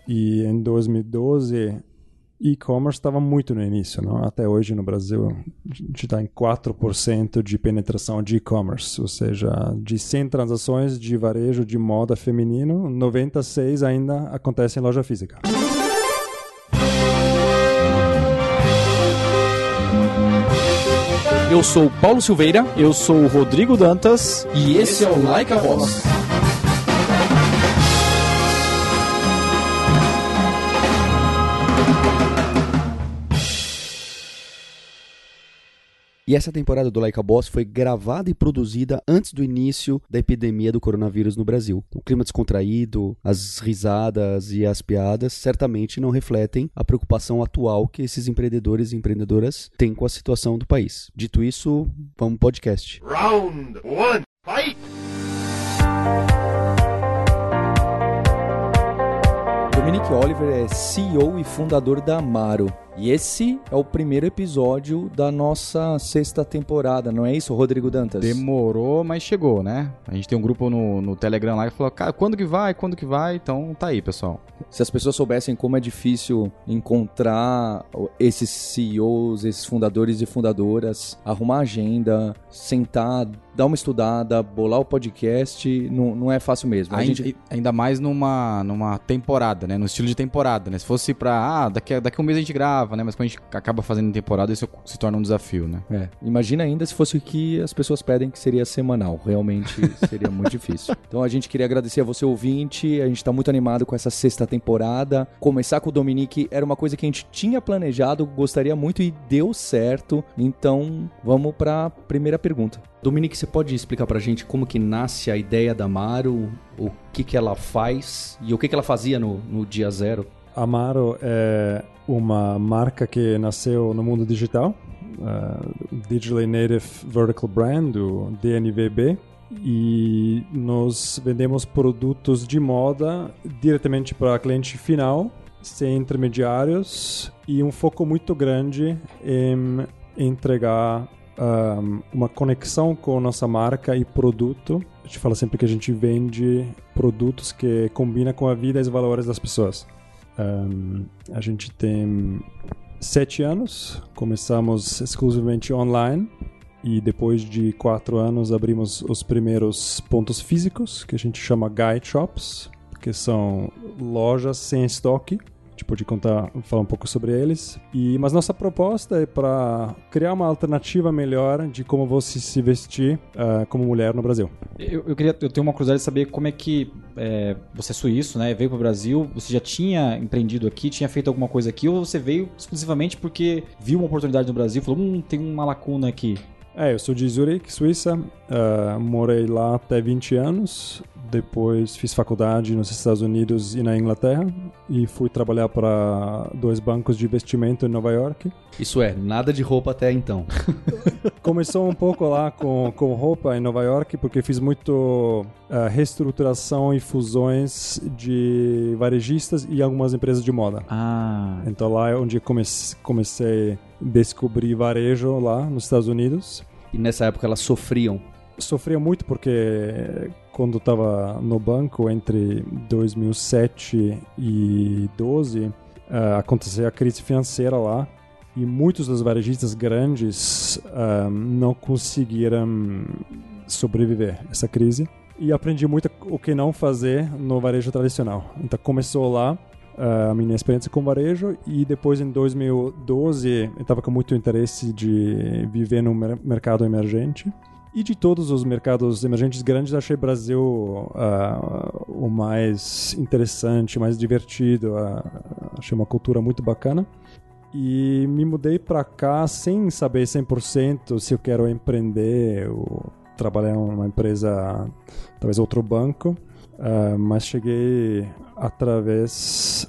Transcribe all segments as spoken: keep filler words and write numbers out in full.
E em dois mil e doze, e-commerce estava muito no início, não? Até hoje no Brasil, a gente está em quatro por cento de penetração de e-commerce, ou seja, de cem transações de varejo de moda feminino, noventa e seis ainda acontecem em loja física. Eu sou o Paulo Silveira. Eu sou o Rodrigo Dantas. E esse é o Like a Boss. E essa temporada do Like a Boss foi gravada e produzida antes do início da epidemia do coronavírus no Brasil. O clima descontraído, as risadas e as piadas certamente não refletem a preocupação atual que esses empreendedores e empreendedoras têm com a situação do país. Dito isso, vamos pro podcast. Round one, fight! Dominique Oliver é C E O e fundador da Amaro. E esse é o primeiro episódio da nossa sexta temporada, não é isso, Rodrigo Dantas? Demorou, mas chegou, né? A gente tem um grupo no, no Telegram lá que falou, cara, quando que vai, quando que vai? Então tá aí, pessoal. Se as pessoas soubessem como é difícil encontrar esses C E Os, esses fundadores e fundadoras, arrumar agenda, sentar, dar uma estudada, bolar o podcast, não, não é fácil mesmo. A ainda, gente... ainda mais numa, numa temporada, né? No estilo de temporada, né? Se fosse pra, ah, daqui a, daqui a um mês a gente grava, né? Mas quando a gente acaba fazendo em temporada, isso se torna um desafio, né? É. Imagina ainda se fosse o que as pessoas pedem, que seria semanal. Realmente seria muito difícil. Então a gente queria agradecer a você, ouvinte. A gente tá muito animado com essa sexta temporada. Começar com o Dominique era uma coisa que a gente tinha planejado, gostaria muito e deu certo. Então vamos pra primeira pergunta. Dominique, você pode explicar pra gente como que nasce a ideia da Amaro, o que que ela faz e o que que ela fazia no, no dia zero? Amaro é uma marca que nasceu no mundo digital, uh, Digitally Native Vertical Brand, o D N V B, e nós vendemos produtos de moda diretamente para cliente final, sem intermediários, e um foco muito grande em entregar um, uma conexão com nossa marca e produto. A gente fala sempre que a gente vende produtos que combinam com a vida e os valores das pessoas. Um, a gente tem sete anos, começamos exclusivamente online e depois de quatro anos abrimos os primeiros pontos físicos, que a gente chama Guide Shops, que são lojas sem estoque. A gente pode contar, falar um pouco sobre eles. E, mas nossa proposta é para criar uma alternativa melhor de como você se vestir uh, como mulher no Brasil. Eu, eu, queria, eu tenho uma curiosidade de saber como é que é, você é suíço, né? Veio para o Brasil, você já tinha empreendido aqui, tinha feito alguma coisa aqui, ou você veio exclusivamente porque viu uma oportunidade no Brasil e falou, hum, tem uma lacuna aqui? É, eu sou de Zurique, Suíça, uh, morei lá até vinte anos, depois fiz faculdade nos Estados Unidos e na Inglaterra e fui trabalhar para dois bancos de investimento em Nova York. Isso é, nada de roupa até então. Começou um pouco lá com, com roupa em Nova York, porque fiz muito uh, reestruturação e fusões de varejistas e algumas empresas de moda. Ah. Então lá é onde comecei, comecei a descobrir varejo lá nos Estados Unidos. E nessa época elas sofriam? Sofria muito porque quando estava no banco entre dois mil e sete e doze, uh, aconteceu a crise financeira lá. E muitos dos varejistas grandes uh, não conseguiram sobreviver a essa crise. E aprendi muito o que não fazer no varejo tradicional. Então começou lá uh, a minha experiência com varejo. E depois em dois mil e doze eu estava com muito interesse de viver no mer- mercado emergente. E de todos os mercados emergentes grandes, achei o Brasil uh, o mais interessante, mais divertido. Uh, achei uma cultura muito bacana. E me mudei para cá sem saber cem por cento se eu quero empreender ou trabalhar em uma empresa, talvez outro banco. Uh, mas cheguei através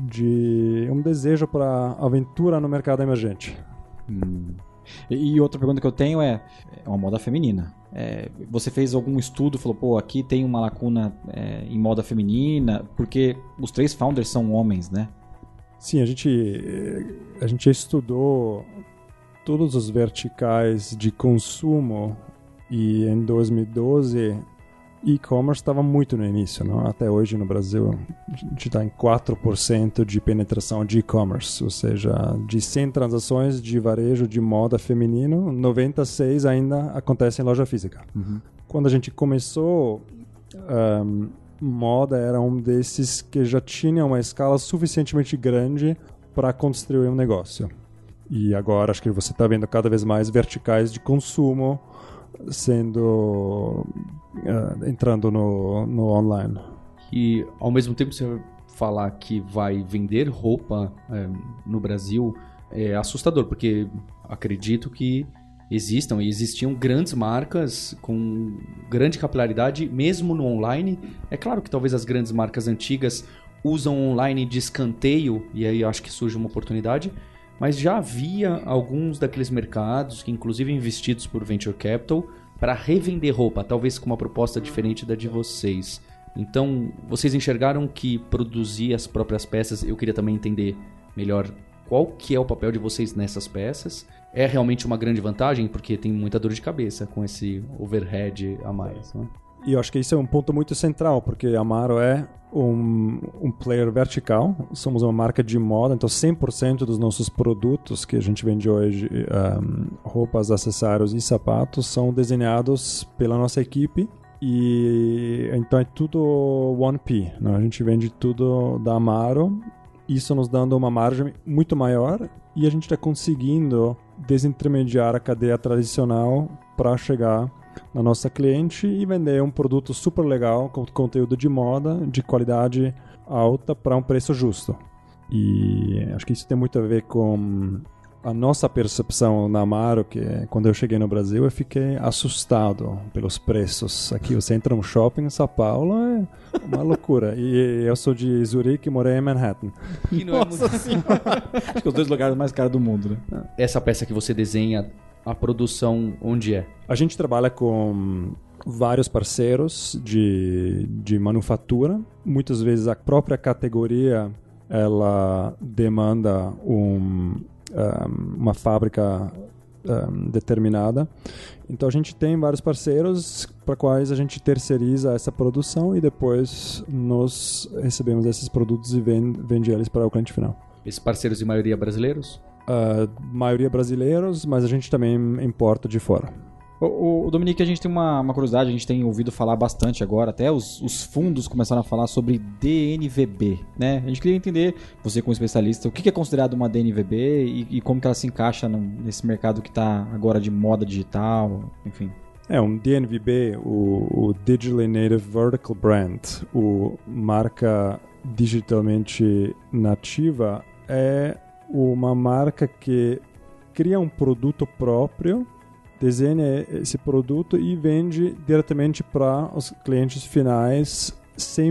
de um desejo para aventura no mercado emergente. Hum. E outra pergunta que eu tenho é, é uma moda feminina. É, você fez algum estudo, falou, pô, aqui tem uma lacuna é, em moda feminina, porque os três founders são homens, né? Sim, a gente, a gente estudou todos os verticais de consumo e em dois mil e doze e-commerce estava muito no início, não? Até hoje no Brasil a gente está em quatro por cento de penetração de e-commerce, ou seja, de cem transações de varejo de moda feminino, noventa e seis ainda acontecem em loja física. Uhum. Quando a gente começou, um, moda era um desses que já tinha uma escala suficientemente grande para construir um negócio. E agora acho que você está vendo cada vez mais verticais de consumo sendo uh, entrando no, no online. E ao mesmo tempo você falar que vai vender roupa é, no Brasil é assustador, porque acredito que existam e existiam grandes marcas com grande capilaridade mesmo no online. É claro que talvez as grandes marcas antigas usam online de escanteio e aí acho que surge uma oportunidade, mas já havia alguns daqueles mercados, que inclusive investidos por Venture Capital, para revender roupa, talvez com uma proposta diferente da de vocês. Então, vocês enxergaram que produzir as próprias peças, eu queria também entender melhor qual que é o papel de vocês nessas peças. É realmente uma grande vantagem, porque tem muita dor de cabeça com esse overhead a mais, né? E eu acho que isso é um ponto muito central, porque a Amaro é um, um player vertical, somos uma marca de moda, então cem por cento dos nossos produtos que a gente vende hoje, um, roupas, acessórios e sapatos, são desenhados pela nossa equipe, e então é tudo one P, né? A gente vende tudo da Amaro, isso nos dando uma margem muito maior, e a gente está conseguindo desintermediar a cadeia tradicional para chegar na nossa cliente e vender um produto super legal com conteúdo de moda, de qualidade alta para um preço justo. E acho que isso tem muito a ver com a nossa percepção na Amaro, que quando eu cheguei no Brasil eu fiquei assustado pelos preços. Aqui você entra num shopping em São Paulo, é uma loucura. E eu sou de Zurique e morei em Manhattan. E não Nossa é muito... Senhora! Acho que os dois lugares mais caros do mundo, né? Essa peça que você desenha, a produção onde é? A gente trabalha com vários parceiros de, de manufatura. Muitas vezes a própria categoria ela demanda um, um, uma fábrica um, determinada. Então a gente tem vários parceiros para quais a gente terceiriza essa produção e depois nós recebemos esses produtos e vende, vende eles para o cliente final. Esses parceiros de maioria brasileiros? Uh, maioria brasileiros, mas a gente também importa de fora. O, o Dominique, a gente tem uma, uma curiosidade, a gente tem ouvido falar bastante agora, até os, os fundos começaram a falar sobre D N V B, né? A gente queria entender, você como especialista, o que é considerado uma D N V B e, e como que ela se encaixa no, nesse mercado que está agora de moda digital, enfim. É, um D N V B, o, o Digitally Native Vertical Brand, o marca digitalmente nativa, é uma marca que cria um produto próprio, desenha esse produto e vende diretamente para os clientes finais sem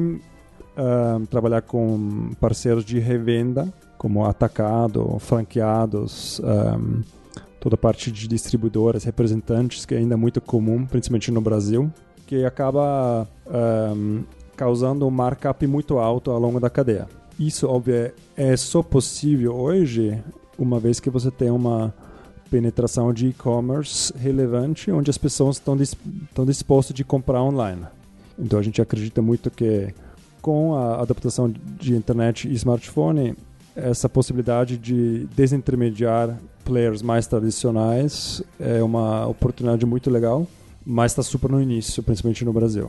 uh, trabalhar com parceiros de revenda, como atacado, franqueados, um, toda a parte de distribuidoras, representantes, que é ainda muito comum, principalmente no Brasil, que acaba um, causando um markup muito alto ao longo da cadeia. Isso, óbvio, é só possível hoje, uma vez que você tem uma penetração de e-commerce relevante, onde as pessoas estão, dis- estão dispostas de comprar online. Então a gente acredita muito que com a adaptação de internet e smartphone, essa possibilidade de desintermediar players mais tradicionais é uma oportunidade muito legal, mas está super no início, principalmente no Brasil.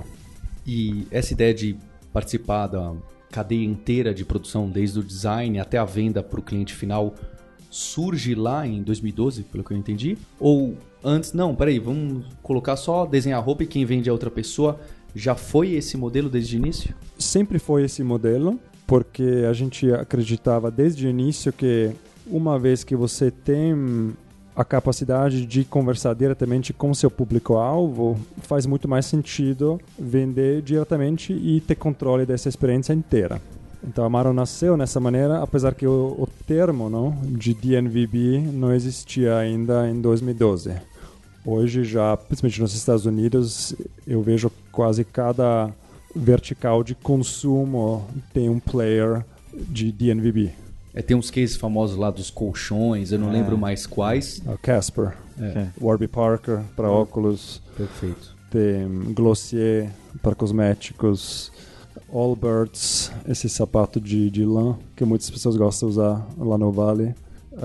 E essa ideia de participar da cadeia inteira de produção, desde o design até a venda para o cliente final, surge lá em dois mil e doze, pelo que eu entendi? Ou antes, não, peraí, vamos colocar só desenhar roupa e quem vende é outra pessoa? Já foi esse modelo desde o início? Sempre foi esse modelo, porque a gente acreditava desde o início que uma vez que você tem a capacidade de conversar diretamente com seu público-alvo, faz muito mais sentido vender diretamente e ter controle dessa experiência inteira. Então a Amaro nasceu nessa maneira, apesar que o, o termo não, de D N V B não existia ainda em dois mil e doze. Hoje já, principalmente nos Estados Unidos, eu vejo quase cada vertical de consumo tem um player de D N V B. É, tem uns cases famosos lá dos colchões, eu não é. lembro mais quais. O Casper, é. Warby Parker para óculos. Perfeito. Tem Glossier para cosméticos, Allbirds, esse sapato de, de lã que muitas pessoas gostam de usar lá no Vale.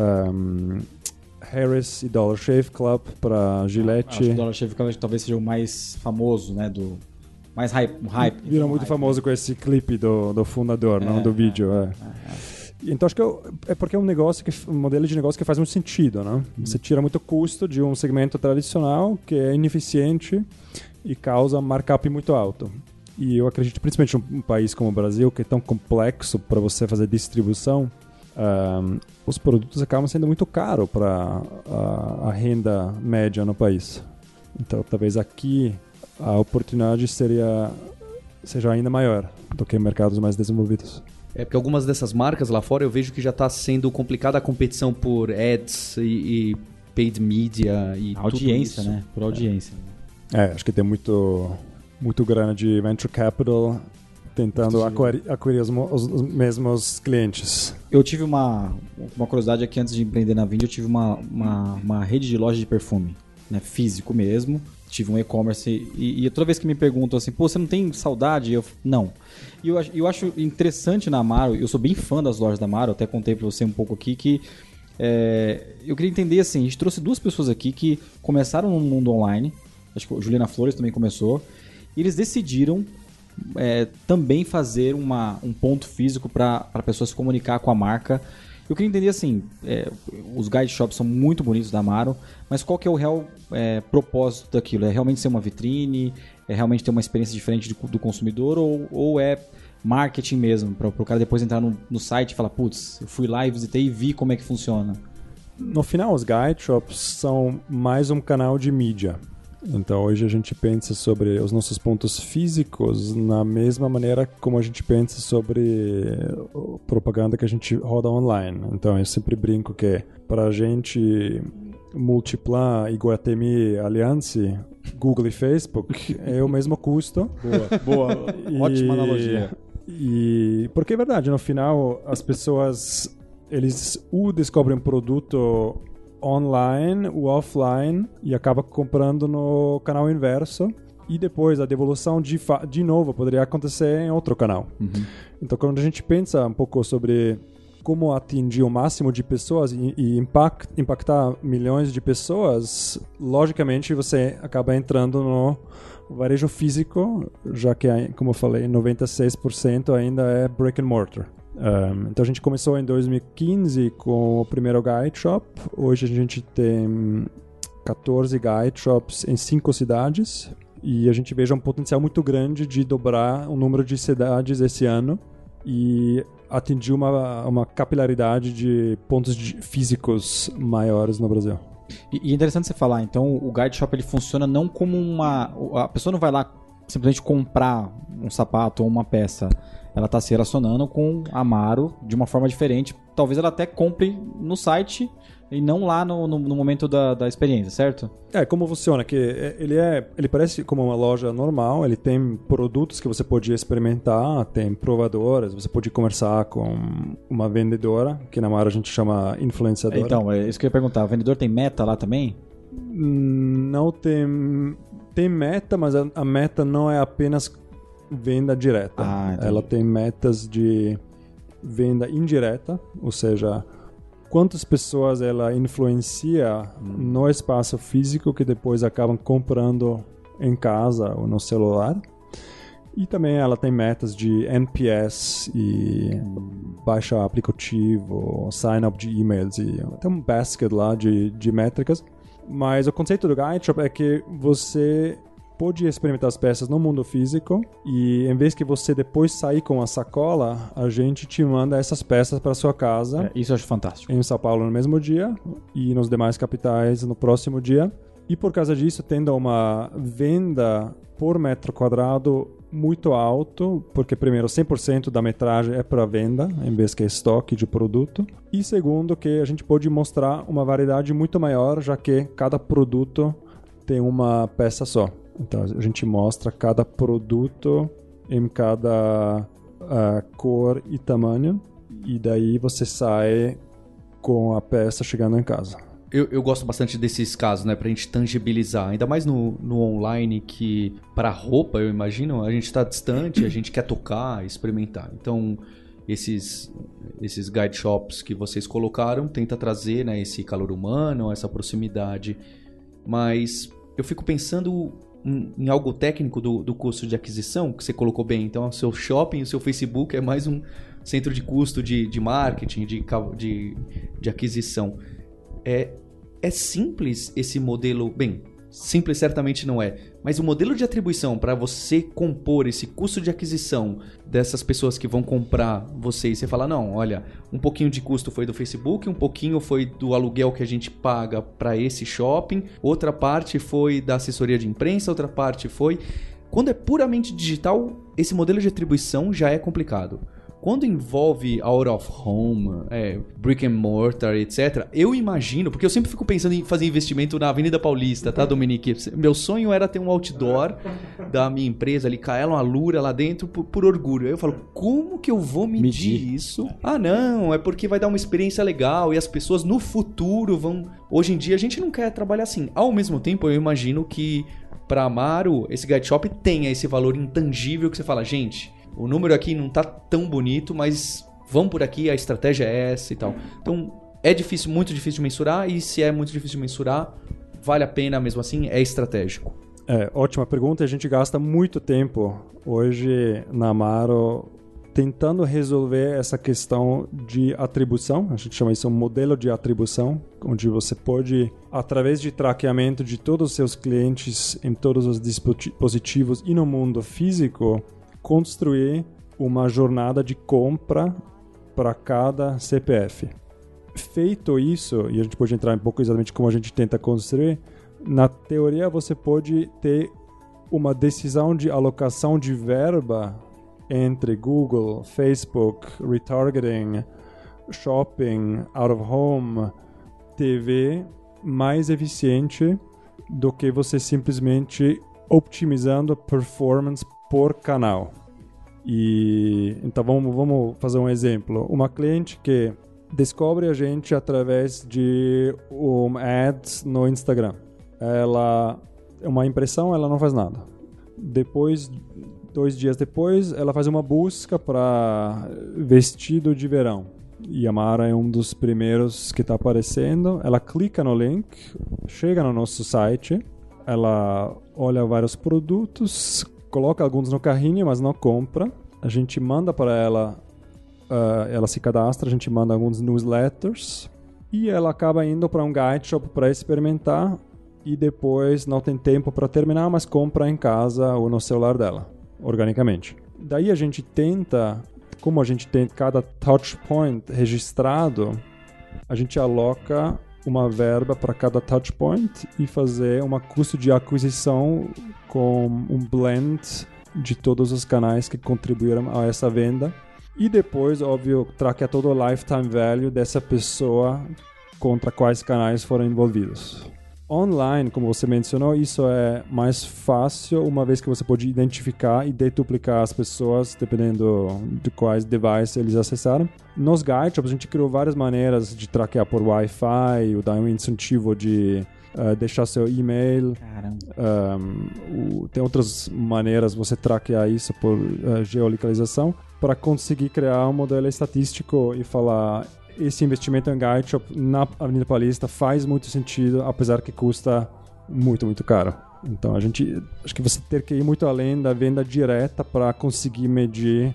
Um, Harris e Dollar Shave Club para Gillette. Acho que o Dollar Shave Club talvez seja o mais famoso, né? Do mais hype. hype Virou muito hype, famoso né? com esse clipe do, do fundador, É, não? Do é, vídeo. É. É, é. Então acho que eu, é porque é um negócio que um modelo de negócio que faz muito sentido, né? Você tira muito custo de um segmento tradicional que é ineficiente e causa markup muito alto. E eu acredito, principalmente num país como o Brasil, que é tão complexo para você fazer distribuição, um, os produtos acabam sendo muito caros para a, a renda média no país. Então, talvez aqui a oportunidade seria seja ainda maior do que em mercados mais desenvolvidos. É porque algumas dessas marcas lá fora eu vejo que já está sendo complicada a competição por ads e, e paid media e A audiência, tudo isso. né? Por audiência. É, acho que tem muito, muito grana de venture capital tentando acquire- acquirir os, mo- os- os mesmos clientes. Eu tive uma, uma curiosidade aqui antes de empreender na Vindi, eu tive uma, uma, uma rede de loja de perfume, né? Físico mesmo. Tive um e-commerce e, e toda vez que me perguntam assim, pô, você não tem saudade? Eu, não. E eu, acho- eu acho interessante na Amaro, eu sou bem fã das lojas da Amaro, até contei pra você um pouco aqui, que é, eu queria entender assim, a gente trouxe duas pessoas aqui que começaram no mundo online, acho que a Juliana Flores também começou, e eles decidiram é, também fazer uma, um ponto físico para a pessoa se comunicar com a marca. Eu queria entender assim, é, os guide shops são muito bonitos da Amaro, mas qual que é o real é, propósito daquilo? É realmente ser uma vitrine? É realmente ter uma experiência diferente do, do consumidor? Ou, ou é marketing mesmo, para o cara depois entrar no, no site e falar, putz, eu fui lá e visitei e vi como é que funciona? No final, os guide shops são mais um canal de mídia. Então, hoje a gente pensa sobre os nossos pontos físicos na mesma maneira como a gente pensa sobre propaganda que a gente roda online. Então, eu sempre brinco que para a gente Multiplan, Iguatemi, Allianz, Google e Facebook é o mesmo custo. Boa, boa. E- Ótima analogia. E porque é verdade, no final as pessoas eles o descobrem um produto online, o offline e acaba comprando no canal inverso e depois a devolução de, fa- de novo poderia acontecer em outro canal. Então quando a gente pensa um pouco sobre como atingir o máximo de pessoas e, e impact, impactar milhões de pessoas, logicamente você acaba entrando no varejo físico, já que, como eu falei, noventa e seis por cento ainda é brick and mortar. Um, então a gente começou em dois mil e quinze com o primeiro guide shop. Hoje a gente tem catorze guide shops em cinco cidades e a gente veja um potencial muito grande de dobrar o número de cidades esse ano e atingir uma, uma capilaridade de pontos de, físicos maiores no Brasil. E, e é interessante você falar, então o guide shop ele funciona não como uma... A pessoa não vai lá simplesmente comprar um sapato ou uma peça. Ela está se relacionando com a Amaro de uma forma diferente. Talvez ela até compre no site e não lá no, no, no momento da, da experiência, certo? É, como funciona? Que ele, é, ele parece como uma loja normal, ele tem produtos que você pode experimentar, tem provadoras, você pode conversar com uma vendedora, que na Amaro a gente chama influenciadora. Então, é isso que eu ia perguntar. O vendedor tem meta lá também? Não tem... Tem meta, mas a, a meta não é apenas venda direta. Ah, entendi. Ela tem metas de venda indireta, ou seja, quantas pessoas ela influencia hum. no espaço físico que depois acabam comprando em casa ou no celular. E também ela tem metas de N P S e hum. baixa aplicativo, sign-up de e-mails e tem um basket lá de, de métricas. Mas o conceito do guide shop é que você pode experimentar as peças no mundo físico e em vez que você depois sair com a sacola, a gente te manda essas peças para sua casa. É, isso eu acho fantástico. Em São Paulo no mesmo dia e nos demais capitais no próximo dia. E por causa disso, tendo uma venda por metro quadrado muito alto, porque primeiro cem por cento da metragem é para venda, em vez que estoque de produto. E segundo, que a gente pode mostrar uma variedade muito maior, já que cada produto tem uma peça só. Então a gente mostra cada produto em cada uh, cor e tamanho, e daí você sai com a peça chegando em casa. Eu, eu gosto bastante desses casos, né? Pra gente tangibilizar. Ainda mais no, no online, que para roupa, eu imagino, a gente tá distante, a gente quer tocar, experimentar. Então, esses, esses guide shops que vocês colocaram, tenta trazer, né, esse calor humano, essa proximidade. Mas eu fico pensando em, em algo técnico do, do custo de aquisição, que você colocou bem. Então, o seu shopping, o seu Facebook é mais um centro de custo de, de marketing, de, de, de aquisição. É, é simples esse modelo? Bem, simples certamente não é, mas o modelo de atribuição para você compor esse custo de aquisição dessas pessoas que vão comprar você e você fala, não, olha, um pouquinho de custo foi do Facebook, um pouquinho foi do aluguel que a gente paga para esse shopping, outra parte foi da assessoria de imprensa, outra parte foi... Quando é puramente digital, esse modelo de atribuição já é complicado. Quando envolve out of home, é, brick and mortar, etcétera, eu imagino, porque eu sempre fico pensando em fazer investimento na Avenida Paulista, tá, Dominique? Meu sonho era ter um outdoor da minha empresa ali, Kaelon Alura lá dentro, por, por orgulho. Aí eu falo, como que eu vou medir, medir isso? Ah, não, é porque vai dar uma experiência legal e as pessoas no futuro vão... Hoje em dia a gente não quer trabalhar assim. Ao mesmo tempo, eu imagino que para Amaro, esse guide shop tenha esse valor intangível que você fala, gente... O número aqui não tá tão bonito, mas vamos por aqui, a estratégia é essa e tal. Então, é difícil, muito difícil de mensurar, e se é muito difícil de mensurar, vale a pena mesmo assim, é estratégico. É, ótima pergunta. A gente gasta muito tempo hoje na Amaro tentando resolver essa questão de atribuição. A gente chama isso um modelo de atribuição, onde você pode, através de traqueamento de todos os seus clientes em todos os dispositivos e no mundo físico, construir uma jornada de compra para cada C P F. Feito isso, e a gente pode entrar um pouco exatamente como a gente tenta construir, na teoria você pode ter uma decisão de alocação de verba entre Google, Facebook, retargeting, shopping, out of home, T V, mais eficiente do que você simplesmente optimizando a performance por canal. E então vamos, vamos fazer um exemplo. Uma cliente que descobre a gente através de um ads no Instagram. Ela é uma impressão, ela não faz nada. Depois, dois dias depois, ela faz uma busca para vestido de verão. E a Mara é um dos primeiros que está aparecendo. Ela clica no link, chega no nosso site, ela olha vários produtos, coloca alguns no carrinho, mas não compra. A gente manda para ela, uh, ela se cadastra, a gente manda alguns newsletters e ela acaba indo para um guide shop para experimentar e depois não tem tempo para terminar, mas compra em casa ou no celular dela, organicamente. Daí a gente tenta, como a gente tem cada touch point registrado, a gente aloca uma verba para cada touch point e fazer uma custo de aquisição com um blend de todos os canais que contribuíram a essa venda. E depois, óbvio, traquear todo o lifetime value dessa pessoa contra quais canais foram envolvidos. Online, como você mencionou, isso é mais fácil, uma vez que você pode identificar e deduplicar as pessoas, dependendo de quais devices eles acessaram. Nos guide shops, a gente criou várias maneiras de traquear por Wi-Fi, ou dar um incentivo de uh, deixar seu e-mail. Um, o, tem outras maneiras de você traquear isso por uh, geolocalização, para conseguir criar um modelo estatístico e falar... Esse investimento em guide shop na Avenida Paulista faz muito sentido, apesar que custa muito, muito caro. Então, a gente acho que você tem que ir muito além da venda direta para conseguir medir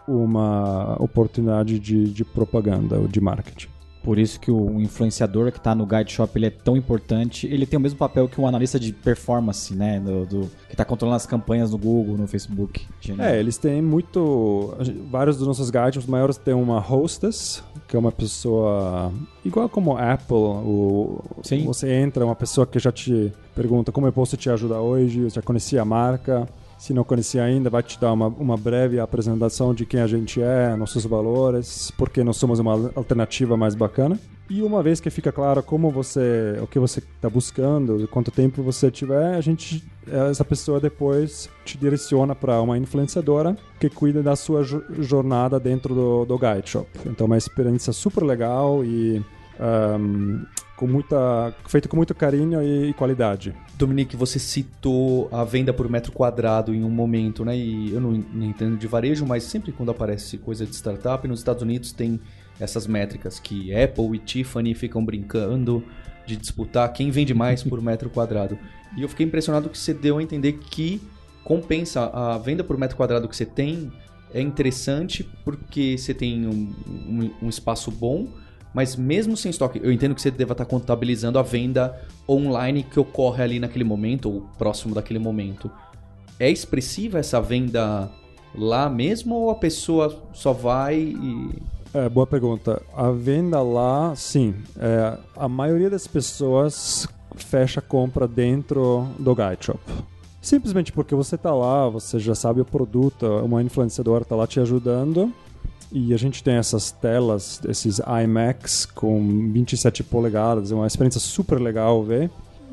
uma oportunidade de, de propaganda ou de marketing. Por isso que o influenciador que está no guide shop ele é tão importante. Ele tem o mesmo papel que um analista de performance, né? Do, do, que está controlando as campanhas no Google, no Facebook. Genial. É, eles têm muito... Vários dos nossos guides, os maiores, têm uma hostess, que é uma pessoa... Igual como a Apple, o, Sim. Você entra, uma pessoa que já te pergunta como eu posso te ajudar hoje, eu já conheci a marca... Se não conhecia ainda, vai te dar uma, uma breve apresentação de quem a gente é, nossos valores, porque nós somos uma alternativa mais bacana. E uma vez que fica claro como você, o que você está buscando, quanto tempo você tiver, a gente, essa pessoa depois te direciona para uma influenciadora que cuida da sua jornada dentro do, do guide shop. Então é uma experiência super legal e um, com muita, feito com muito carinho e, e qualidade. Dominique, você citou a venda por metro quadrado em um momento, né? E eu não, não entendo de varejo, mas sempre quando aparece coisa de startup, nos Estados Unidos tem essas métricas que Apple e Tiffany ficam brincando de disputar quem vende mais por metro quadrado. E eu fiquei impressionado que você deu a entender que compensa a venda por metro quadrado que você tem, é interessante porque você tem um, um, um espaço bom, mas mesmo sem estoque, eu entendo que você deva estar contabilizando a venda online que ocorre ali naquele momento ou próximo daquele momento. É expressiva essa venda lá mesmo ou a pessoa só vai e... É, boa pergunta. A venda lá, sim. É, a maioria das pessoas fecha a compra dentro do Guide Shop. Simplesmente porque você está lá, você já sabe o produto, uma influenciadora está lá te ajudando. E a gente tem essas telas, esses iMacs com vinte e sete polegadas, é uma experiência super legal ver.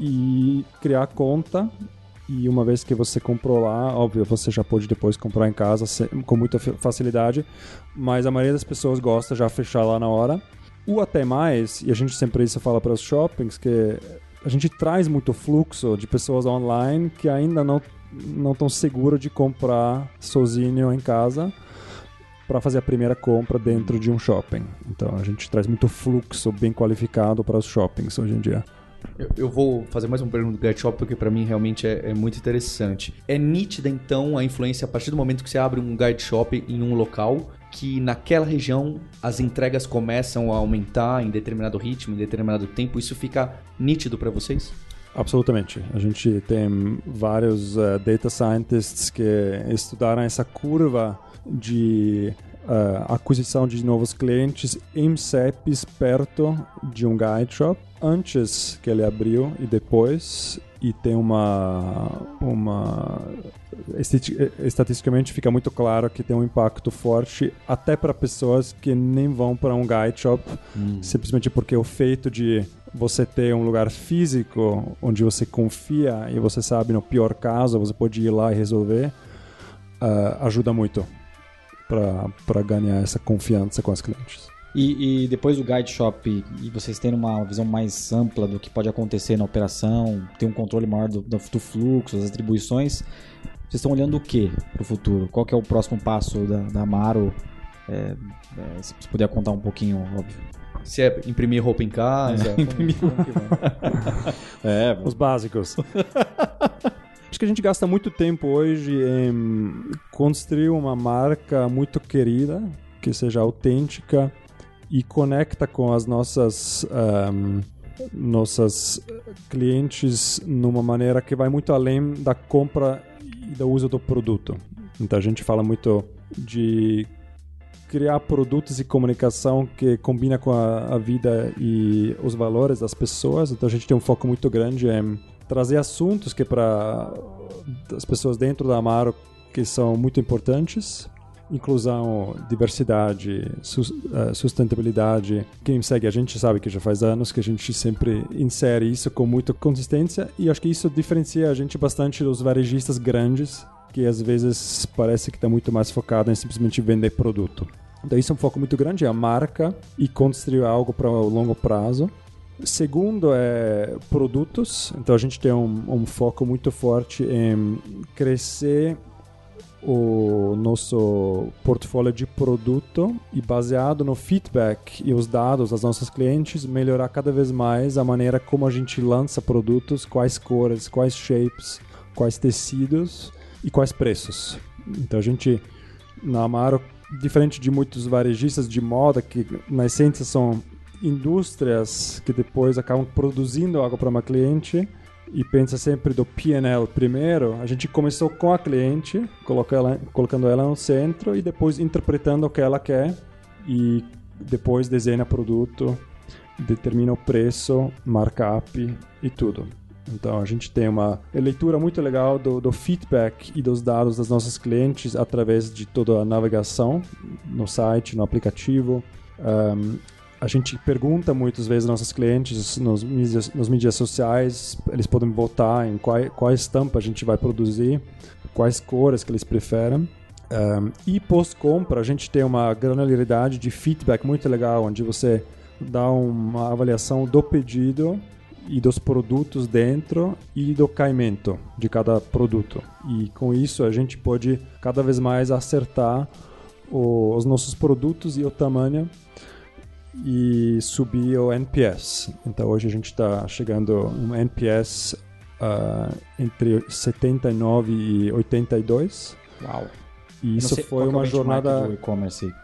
E criar conta. E uma vez que você comprou lá, óbvio, você já pode depois comprar em casa com muita facilidade, mas a maioria das pessoas gosta já fechar lá na hora. O até mais, e a gente sempre isso fala para os shoppings, que a gente traz muito fluxo de pessoas online que ainda não não estão seguros de comprar sozinho em casa para fazer a primeira compra dentro de um shopping. Então a gente traz muito fluxo bem qualificado para os shoppings hoje em dia. Eu, eu vou fazer mais uma pergunta do Guide Shop, porque para mim realmente é, é muito interessante. É nítida, então, a influência a partir do momento que você abre um Guide Shop em um local, que naquela região as entregas começam a aumentar em determinado ritmo, em determinado tempo. Isso fica nítido para vocês? Absolutamente. A gente tem vários uh, data scientists que estudaram essa curva de uh, aquisição de novos clientes em C E Ps perto de um Guide Shop, antes que ele abriu e depois, e tem uma, uma estatisticamente fica muito claro que tem um impacto forte até para pessoas que nem vão para um Guide Shop, hum. simplesmente porque o feito de você ter um lugar físico onde você confia e você sabe no pior caso você pode ir lá e resolver, uh, ajuda muito para ganhar essa confiança com os clientes. E, e depois do Guide Shop, e vocês tendo uma visão mais ampla do que pode acontecer na operação, ter um controle maior do, do, do fluxo, das atribuições, vocês estão olhando o que para o futuro? Qual que é o próximo passo da, da Amaro? É, é, se você puder contar um pouquinho, óbvio. Se é imprimir roupa em casa, é, imprimir roupa. É, os básicos. Acho que a gente gasta muito tempo hoje em construir uma marca muito querida, que seja autêntica e conecta com as nossas um, nossas clientes numa maneira que vai muito além da compra e do uso do produto. Então a gente fala muito de criar produtos e comunicação que combina com a, a vida e os valores das pessoas. Então a gente tem um foco muito grande em trazer assuntos que para as pessoas dentro da Amaro que são muito importantes. Inclusão, diversidade, sustentabilidade. Quem segue a gente sabe que já faz anos que a gente sempre insere isso com muita consistência e acho que isso diferencia a gente bastante dos varejistas grandes que às vezes parece que está muito mais focado em simplesmente vender produto. Então isso é um foco muito grande, é a marca e construir algo para o longo prazo. Segundo é produtos, então a gente tem um, um foco muito forte em crescer o nosso portfólio de produto e baseado no feedback e os dados das nossas clientes, melhorar cada vez mais a maneira como a gente lança produtos, quais cores, quais shapes, quais tecidos e quais preços. Então a gente, na Amaro, diferente de muitos varejistas de moda, que na essência são indústrias que depois acabam produzindo algo para uma cliente, e pensa sempre do P and L primeiro, a gente começou com a cliente, coloca ela, colocando ela no centro e depois interpretando o que ela quer e depois desenha produto, determina o preço, markup e tudo. Então a gente tem uma leitura muito legal do, do feedback e dos dados das nossas clientes através de toda a navegação no site, no aplicativo. Um, A gente pergunta muitas vezes aos nossos clientes nos mídias, nos mídias sociais, eles podem votar em qual, qual estampa a gente vai produzir, quais cores que eles preferem. Um, e pós-compra a gente tem uma granularidade de feedback muito legal, onde você dá uma avaliação do pedido e dos produtos dentro e do caimento de cada produto. E com isso a gente pode cada vez mais acertar o, os nossos produtos e o tamanho e subir o N P S. Então hoje a gente está chegando um N P S uh, entre setenta e nove e oitenta e dois. Uau! E isso sei, foi uma jornada... do e-commerce?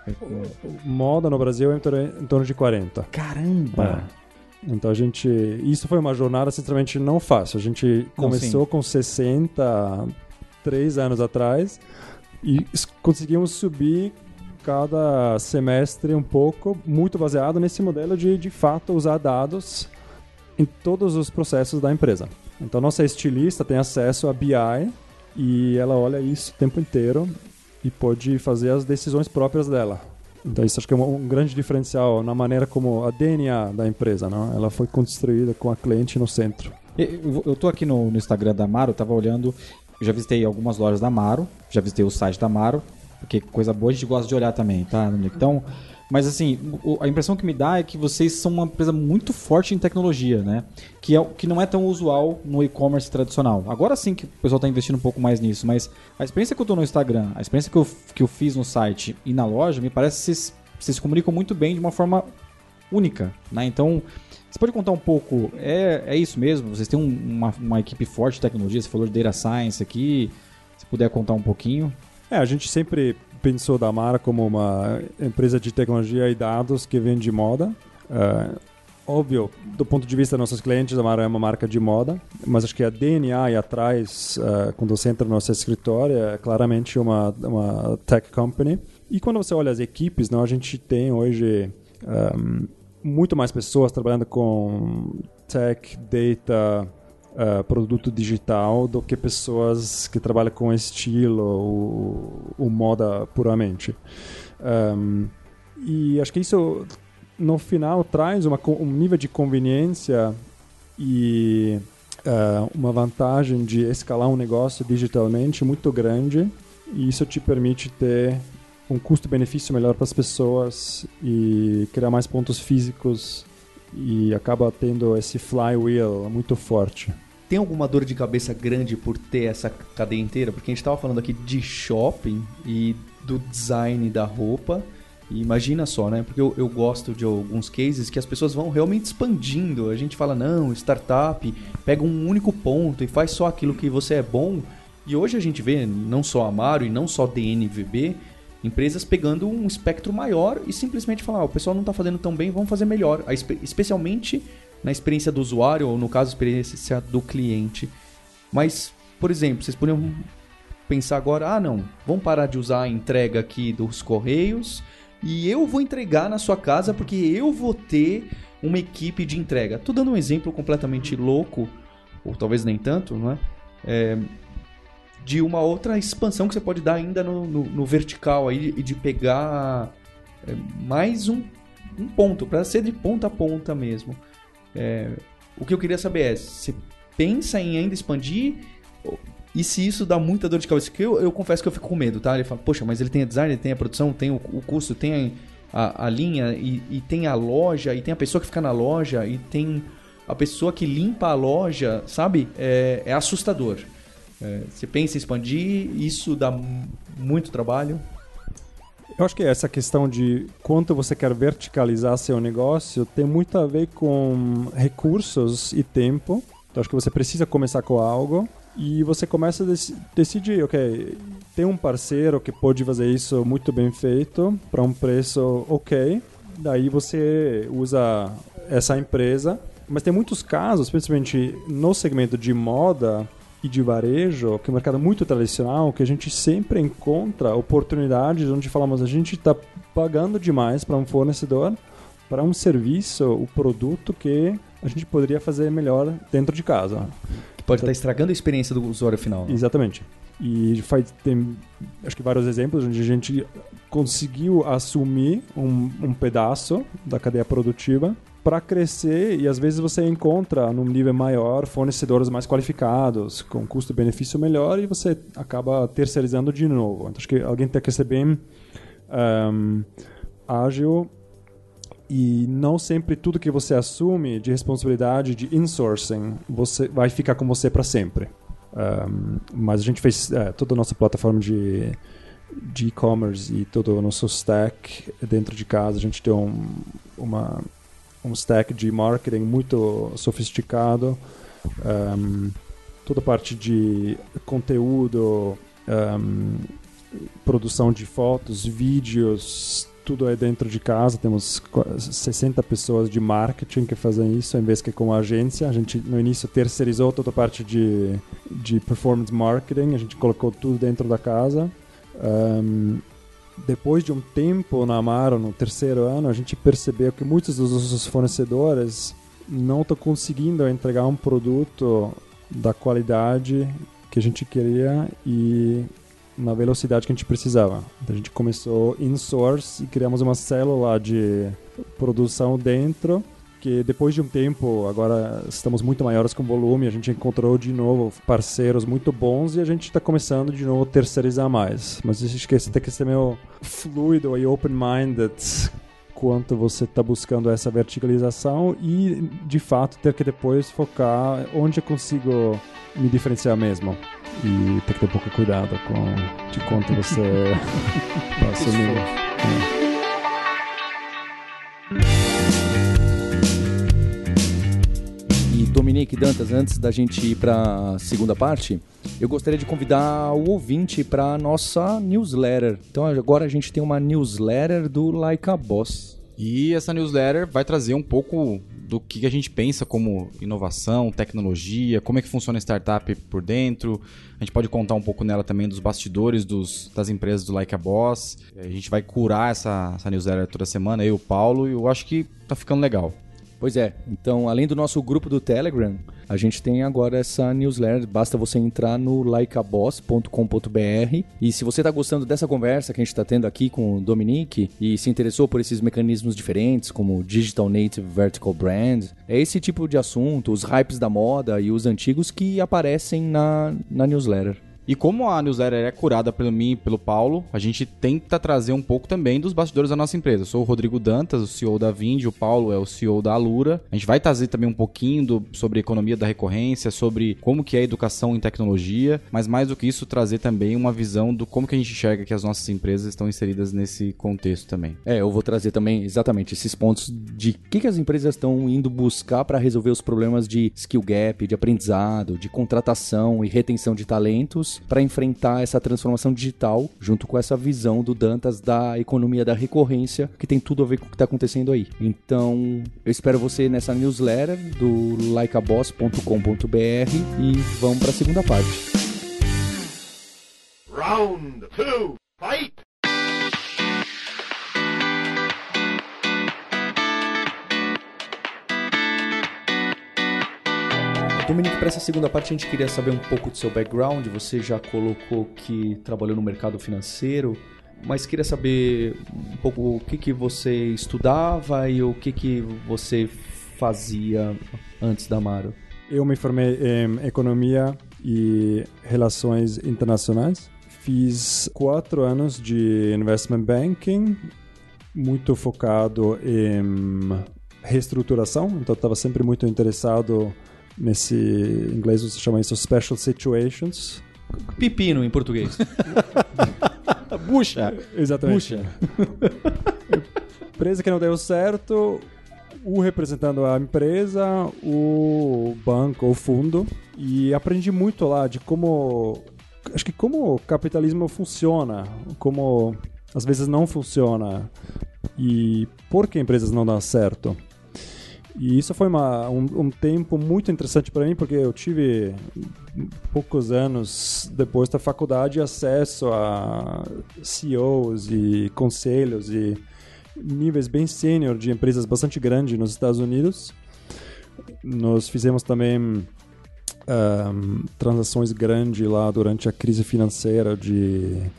Moda no Brasil é em torno, em torno de quarenta. Caramba! É. Então a gente... Isso foi uma jornada sinceramente não fácil. A gente Não, começou sim. com sessenta, três anos atrás, e conseguimos subir cada semestre um pouco, muito baseado nesse modelo de, de fato, usar dados em todos os processos da empresa. Então nossa estilista tem acesso a B I e ela olha isso o tempo inteiro e pode fazer as decisões próprias dela. Então isso acho que é um, um grande diferencial na maneira como a D N A da empresa, não? Ela foi construída com a cliente no centro. Eu, eu tô aqui no, no Instagram da Amaro, eu tava olhando, eu já visitei algumas lojas da Amaro, já visitei o site da Amaro, porque coisa boa a gente gosta de olhar também, tá? Então, mas assim, o, a impressão que me dá é que vocês são uma empresa muito forte em tecnologia, né? Que, é, que não é tão usual no e-commerce tradicional. Agora sim que o pessoal está investindo um pouco mais nisso, mas a experiência que eu tô no Instagram, a experiência que eu, que eu fiz no site e na loja, me parece que vocês, vocês se comunicam muito bem de uma forma única, né? Então, você pode contar um pouco, é, é isso mesmo? Vocês têm um, uma, uma equipe forte de tecnologia, você falou de Data Science aqui, se puder contar um pouquinho. É, a gente sempre pensou da Amaro como uma empresa de tecnologia e dados que vende moda. Uh, óbvio, do ponto de vista dos nossos clientes, a Amaro é uma marca de moda, mas acho que a D N A aí atrás, uh, quando você entra no nosso escritório, é claramente uma, uma tech company. E quando você olha as equipes, não, a gente tem hoje um, muito mais pessoas trabalhando com tech, data, Uh, produto digital do que pessoas que trabalham com estilo ou, ou moda puramente. Um, e acho que isso, no final, traz uma, um nível de conveniência e uh, uma vantagem de escalar um negócio digitalmente muito grande, e isso te permite ter um custo-benefício melhor para as pessoas e criar mais pontos físicos e acaba tendo esse flywheel muito forte. Tem alguma dor de cabeça grande por ter essa cadeia inteira? Porque a gente estava falando aqui de shopping e do design da roupa. E imagina só, né? Porque eu, eu gosto de alguns cases que as pessoas vão realmente expandindo. A gente fala, não, startup, pega um único ponto e faz só aquilo que você é bom. E hoje a gente vê, não só a Amaro e não só D N V B, empresas pegando um espectro maior e simplesmente falar, ah, o pessoal não está fazendo tão bem, vamos fazer melhor. Especialmente na experiência do usuário, ou no caso, experiência do cliente. Mas, por exemplo, vocês poderiam pensar agora, ah não, vamos parar de usar a entrega aqui dos Correios e eu vou entregar na sua casa porque eu vou ter uma equipe de entrega. Estou dando um exemplo completamente louco, ou talvez nem tanto, não é? É, de uma outra expansão que você pode dar ainda no, no, no vertical aí, e de pegar é, mais um, um ponto, para ser de ponta a ponta mesmo. É, o que eu queria saber é, você pensa em ainda expandir? E se isso dá muita dor de cabeça? Porque eu, eu confesso que eu fico com medo, tá? Ele fala, poxa, mas ele tem a design, ele tem a produção, tem o, o custo, tem a, a linha, e, e tem a loja, e tem a pessoa que fica na loja, e tem a pessoa que limpa a loja, sabe? É, é assustador. É, você pensa em expandir, isso dá muito trabalho? Eu acho que essa questão de quanto você quer verticalizar seu negócio tem muito a ver com recursos e tempo. Então, acho que você precisa começar com algo e você começa a dec- decidir, ok, tem um parceiro que pode fazer isso muito bem feito para um preço ok, daí você usa essa empresa. Mas tem muitos casos, principalmente no segmento de moda e de varejo, que é um mercado muito tradicional, que a gente sempre encontra oportunidades onde falamos, a gente está pagando demais para um fornecedor, para um serviço, o produto que a gente poderia fazer melhor dentro de casa. Que pode estar estragando a experiência do usuário final. Né? Exatamente. E faz, tem, acho que vários exemplos onde a gente conseguiu assumir um, um pedaço da cadeia produtiva para crescer, e às vezes você encontra num nível maior fornecedores mais qualificados, com custo-benefício melhor, e você acaba terceirizando de novo. Então acho que alguém tem que ser bem um, ágil E não sempre tudo que você assume de responsabilidade de insourcing você vai ficar com você para sempre. Um, mas a gente fez é, toda a nossa plataforma de, de e-commerce e todo o nosso stack dentro de casa. A gente tem um, uma, um stack de marketing muito sofisticado. Um, toda a parte de conteúdo, um, produção de fotos, vídeos, tudo é dentro de casa. Temos sessenta pessoas de marketing que fazem isso, em vez que com a agência. A gente, no início, terceirizou toda a parte de, de performance marketing. A gente colocou tudo dentro da casa. Um, depois de um tempo na Amaro, no terceiro ano, a gente percebeu que muitos dos nossos fornecedores não estão conseguindo entregar um produto da qualidade que a gente queria e na velocidade que a gente precisava. Então a gente começou in-source e criamos uma célula de produção dentro, que depois de um tempo, agora estamos muito maiores com volume, a gente encontrou de novo parceiros muito bons e a gente está começando de novo a terceirizar mais. Mas acho que você tem que ser meio fluido e open-minded quanto você está buscando essa verticalização e, de fato, ter que depois focar onde eu consigo me diferenciar mesmo. E tem que ter um pouco de cuidado com de quanto você vai assumir. E Dominique, Dantas, antes da gente ir para a segunda parte, eu gostaria de convidar o ouvinte para a nossa newsletter. Então agora a gente tem uma newsletter do Like a Boss. E essa newsletter vai trazer um pouco do que a gente pensa como inovação, tecnologia, como é que funciona a startup por dentro. A gente pode contar um pouco nela também dos bastidores dos, das empresas do Like a Boss. A gente vai curar essa, essa newsletter toda semana, eu e o Paulo, e eu acho que tá ficando legal. Pois é, então além do nosso grupo do Telegram, a gente tem agora essa newsletter, basta você entrar no like a boss ponto com ponto b r e se você está gostando dessa conversa que a gente está tendo aqui com o Dominique e se interessou por esses mecanismos diferentes como Digital Native Vertical Brand, é esse tipo de assunto, os hypes da moda e os antigos que aparecem na, na newsletter. E como a newsletter é curada pelo mim e pelo Paulo, a gente tenta trazer um pouco também dos bastidores da nossa empresa. Eu sou o Rodrigo Dantas, o C E O da Vindi, o Paulo é o C E O da Alura. A gente vai trazer também um pouquinho do, sobre economia da recorrência, sobre como que é a educação em tecnologia, mas mais do que isso, trazer também uma visão do como que a gente enxerga que as nossas empresas estão inseridas nesse contexto também. É, eu vou trazer também exatamente esses pontos de o que, que as empresas estão indo buscar para resolver os problemas de skill gap, de aprendizado, de contratação e retenção de talentos, para enfrentar essa transformação digital junto com essa visão do Dantas da economia da recorrência, que tem tudo a ver com o que está acontecendo aí. Então, eu espero você nessa newsletter do like a boss ponto com ponto b r e vamos para a segunda parte. Round two, fight! Dominique, para essa segunda parte a gente queria saber um pouco do seu background. Você já colocou que trabalhou no mercado financeiro, mas queria saber um pouco o que, que você estudava e o que, que você fazia antes da Amaro. Eu me formei em Economia e Relações Internacionais. Fiz quatro anos de Investment Banking, muito focado em reestruturação, então estava sempre muito interessado nesse, em inglês você chama isso Special Situations. Pepino em português. Bucha. Exatamente. Bucha. Empresa que não deu certo, o representando a empresa, o banco, o fundo, e aprendi muito lá de como, acho que como o capitalismo funciona, como às vezes não funciona e por que empresas não dão certo. E isso foi uma, um, um tempo muito interessante para mim, porque eu tive poucos anos depois da faculdade acesso a C E Os e conselhos e níveis bem sênior de empresas bastante grandes nos Estados Unidos. Nós fizemos também um, transações grandes lá durante a crise financeira de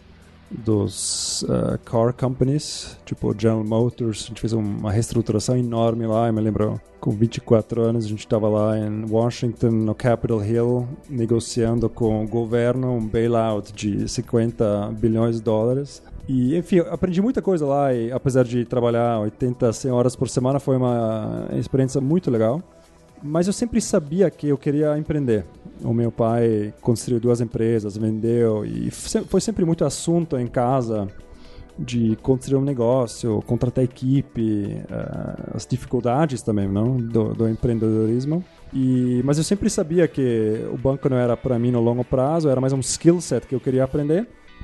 dos uh, car companies, tipo General Motors. A gente fez uma reestruturação enorme lá. Eu me lembro, com vinte e quatro anos, a gente estava lá em Washington, no Capitol Hill, negociando com o governo um bailout de cinquenta bilhões de dólares. E, enfim, eu aprendi muita coisa lá e, apesar de trabalhar oitenta, cem horas por semana, foi uma experiência muito legal. Mas eu sempre sabia que eu queria empreender. O meu pai construiu duas empresas, vendeu, e foi sempre muito assunto em casa de construir um negócio, contratar equipe, uh, as dificuldades também, não? Do, do empreendedorismo. E, mas eu sempre sabia que o banco não era para mim no longo prazo, era mais um skill set que eu queria aprender.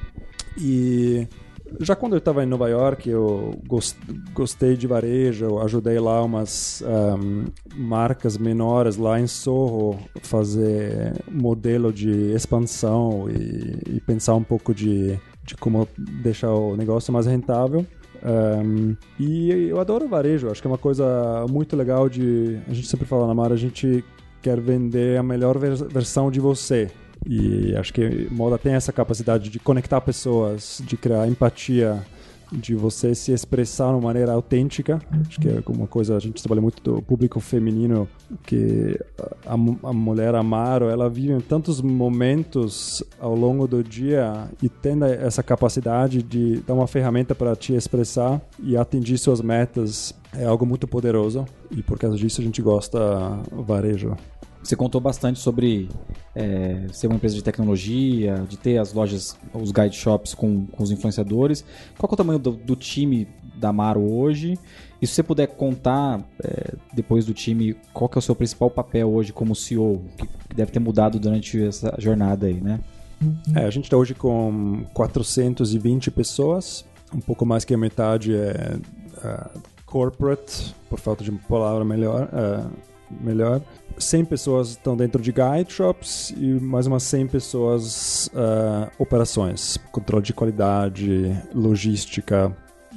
E já quando eu estava em Nova York, eu gost, gostei de varejo, eu ajudei lá umas um, marcas menores lá em Soho fazer modelo de expansão e, e pensar um pouco de, de como deixar o negócio mais rentável. Um, e eu adoro varejo, acho que é uma coisa muito legal de... A gente sempre fala na Mara, a gente quer vender a melhor vers- versão de você. E acho que moda tem essa capacidade de conectar pessoas, de criar empatia, de você se expressar de uma maneira autêntica. Acho que é uma coisa, a gente trabalha muito do público feminino, que a, a mulher Amaro, ela vive em tantos momentos ao longo do dia e tendo essa capacidade de dar uma ferramenta para te expressar e atingir suas metas é algo muito poderoso, e por causa disso a gente gosta do varejo. Você contou bastante sobre é, ser uma empresa de tecnologia, de ter as lojas, os guide shops com, com os influenciadores. Qual que é o tamanho do, do time da Amaro hoje? E se você puder contar, é, depois do time, qual que é o seu principal papel hoje como C E O, que, que deve ter mudado durante essa jornada aí, né? É, a gente está hoje com quatrocentas e vinte pessoas, um pouco mais que a metade é uh, corporate, por falta de uma palavra melhor. Uh, melhor. cem pessoas estão dentro de guide shops e mais umas cem pessoas uh, operações, controle de qualidade, logística.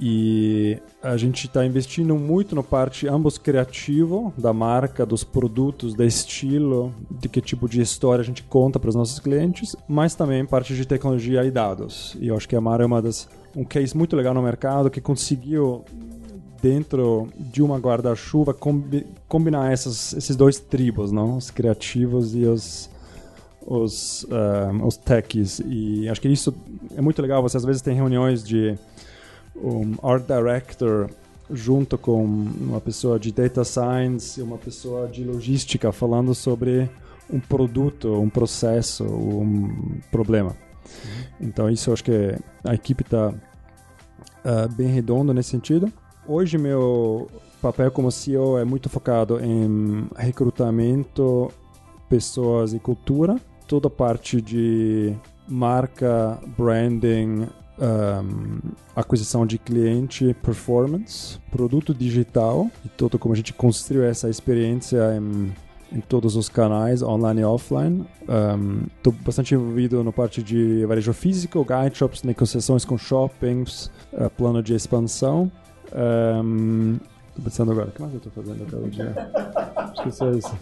E a gente está investindo muito na parte ambos criativo da marca, dos produtos, do estilo, de que tipo de história a gente conta para os nossos clientes, mas também parte de tecnologia e dados. E eu acho que a Amaro é uma das, um case muito legal no mercado que conseguiu, dentro de uma guarda-chuva, combi- combinar essas, esses dois tribos, não? Os criativos e os, os, uh, os techies. E acho que isso é muito legal. Você às vezes tem reuniões de um art director junto com uma pessoa de data science e uma pessoa de logística falando sobre um produto, um processo, um problema. Uhum. Então isso eu acho que a equipe está uh, bem redonda nesse sentido. Hoje, meu papel como C E O é muito focado em recrutamento, pessoas e cultura. Toda a parte de marca, branding, um, aquisição de cliente, performance, produto digital e tudo como a gente construiu essa experiência em, em todos os canais, online e offline. Estou um, bastante envolvido na parte de varejo físico, guide shops, negociações com shoppings, uh, plano de expansão. Um, tô pensando agora, o que mais eu tô fazendo até o dia? Acho que só isso.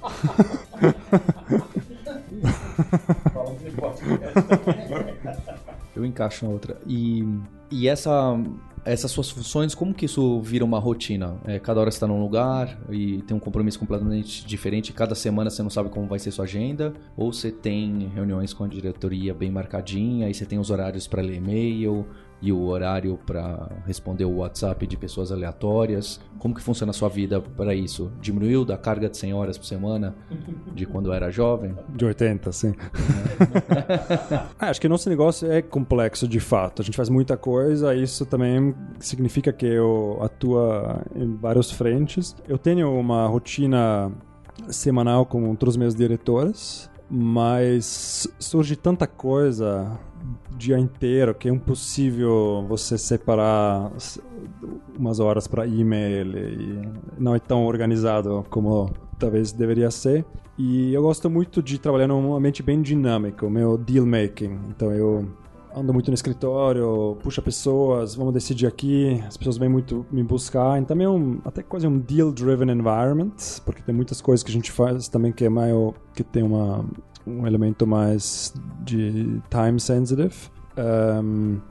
Eu encaixo na outra. E, e essa, essas suas funções, como que isso vira uma rotina? É, cada hora você está num lugar e tem um compromisso completamente diferente. Cada semana você não sabe como vai ser sua agenda. Ou você tem reuniões com a diretoria bem marcadinha e você tem os horários para ler e-mail e o horário para responder o WhatsApp de pessoas aleatórias. Como que funciona a sua vida para isso? Diminuiu da carga de cem horas por semana de quando era jovem? De oitenta, sim. ah, acho que o nosso negócio é complexo de fato. A gente faz muita coisa, isso também significa que eu atuo em várias frentes. Eu tenho uma rotina semanal com todos os meus diretores, mas surge tanta coisa o dia inteiro que é impossível você separar umas horas para e-mail e não é tão organizado como talvez deveria ser. E eu gosto muito de trabalhar num ambiente bem dinâmico, meu deal making. Então eu ando muito no escritório, puxa pessoas, vamos decidir aqui, as pessoas vêm muito me buscar. Então é um, até quase um deal driven environment, porque tem muitas coisas que a gente faz também que é meio, que tem uma um elemento mais de time sensitive. Um,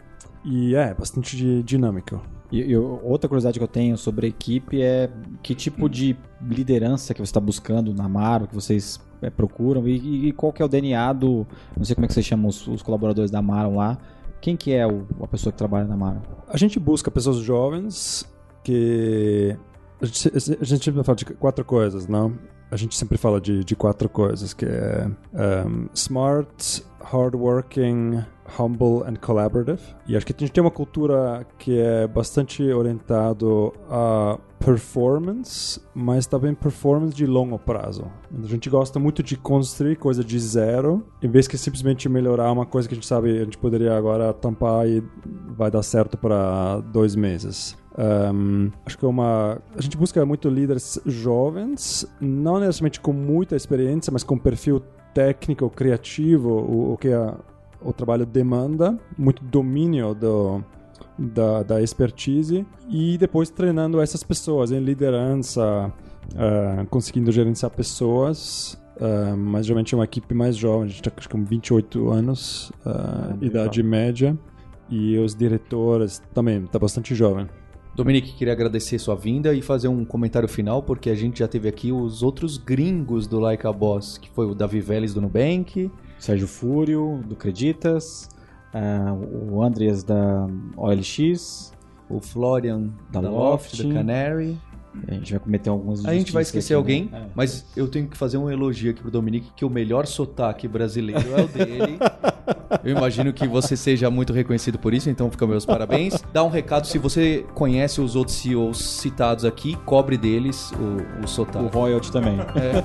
E é, bastante de, dinâmico. E, e outra curiosidade que eu tenho sobre a equipe é que tipo de liderança que você está buscando na Amaro, que vocês é, procuram, e, e qual que é o D N A do... Não sei como é que vocês chamam os, os colaboradores da Amaro lá. Quem que é o, a pessoa que trabalha na Amaro? A gente busca pessoas jovens que... A gente, a gente sempre fala de quatro coisas, não? A gente sempre fala de, de quatro coisas, que é um, smart, hardworking, humble and collaborative. E acho que a gente tem uma cultura que é bastante orientado a performance, mas também performance de longo prazo. A gente gosta muito de construir coisa de zero, em vez de simplesmente melhorar uma coisa que a gente sabe a gente poderia agora tampar e vai dar certo para dois meses. Um, acho que é uma... A gente busca muito líderes jovens, não necessariamente com muita experiência, mas com perfil técnico, criativo, o, o que a, o trabalho demanda, muito domínio do, da, da expertise, e depois treinando essas pessoas em liderança, uh, conseguindo gerenciar pessoas, uh, mas geralmente é uma equipe mais jovem, a gente está com vinte e oito anos, uh, idade média, e os diretores também, está bastante jovem. Dominique, queria agradecer sua vinda e fazer um comentário final, porque a gente já teve aqui os outros gringos do Like a Boss, que foi o Davi Vélez do Nubank, Sérgio Fúrio, do Creditas, uh, o Andreas da O L X, o Florian da, da Loft, Loft, da Canary. A gente vai cometer algumas A gente vai esquecer aqui, alguém, né? é. mas eu tenho que fazer um elogio aqui pro Dominique, que o melhor sotaque brasileiro é o dele. Eu imagino que você seja muito reconhecido por isso, então fica meus parabéns. Dá um recado, se você conhece os outros C E Os citados aqui, cobre deles o, o sotaque. O royalty também. É.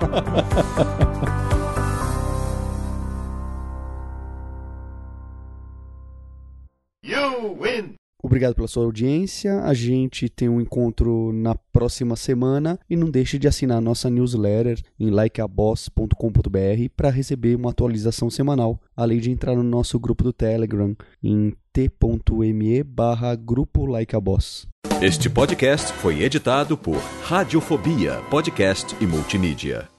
You win! Obrigado pela sua audiência. A gente tem um encontro na próxima semana e não deixe de assinar a nossa newsletter em like a boss ponto com ponto b r para receber uma atualização semanal, além de entrar no nosso grupo do Telegram em t.me barra grupo Like a Boss. Este podcast foi editado por Radiofobia, podcast e multimídia.